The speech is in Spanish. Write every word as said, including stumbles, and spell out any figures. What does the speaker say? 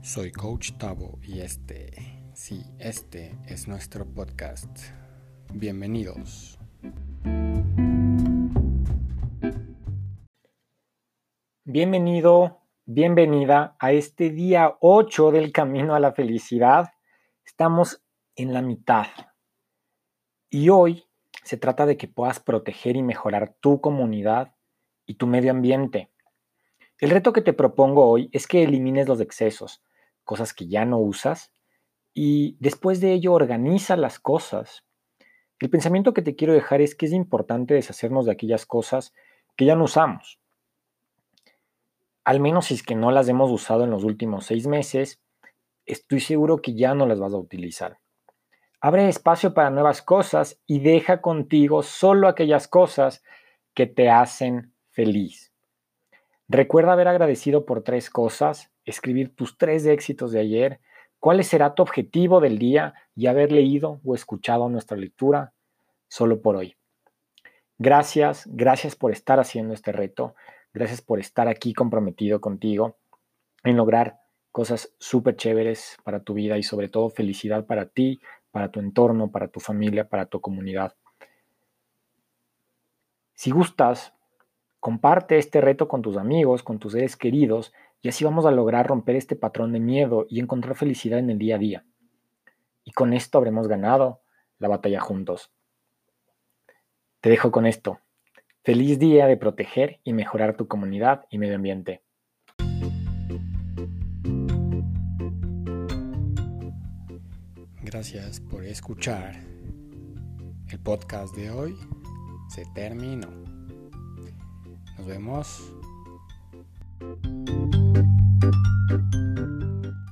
Soy Coach Tavo y este, sí, este es nuestro podcast. Bienvenidos. Bienvenido, bienvenida a este día ocho del camino a la felicidad. Estamos en la mitad y hoy se trata de que puedas proteger y mejorar tu comunidad y tu medio ambiente. El reto que te propongo hoy es que elimines los excesos, cosas que ya no usas, y después de ello organiza las cosas. El pensamiento que te quiero dejar es que es importante deshacernos de aquellas cosas que ya no usamos. Al menos si es que no las hemos usado en los últimos seis meses, estoy seguro que ya no las vas a utilizar. Abre espacio para nuevas cosas y deja contigo solo aquellas cosas que te hacen feliz. Recuerda haber agradecido por tres cosas, escribir tus tres éxitos de ayer, cuál será tu objetivo del día y haber leído o escuchado nuestra lectura solo por hoy. Gracias, gracias por estar haciendo este reto, gracias por estar aquí comprometido contigo en lograr cosas súper chéveres para tu vida y sobre todo felicidad para ti, para tu entorno, para tu familia, para tu comunidad. Si gustas, comparte este reto con tus amigos, con tus seres queridos y así vamos a lograr romper este patrón de miedo y encontrar felicidad en el día a día. Y con esto habremos ganado la batalla juntos. Te dejo con esto. Feliz día de proteger y mejorar tu comunidad y medio ambiente. Gracias por escuchar. El podcast de hoy se terminó. Nos vemos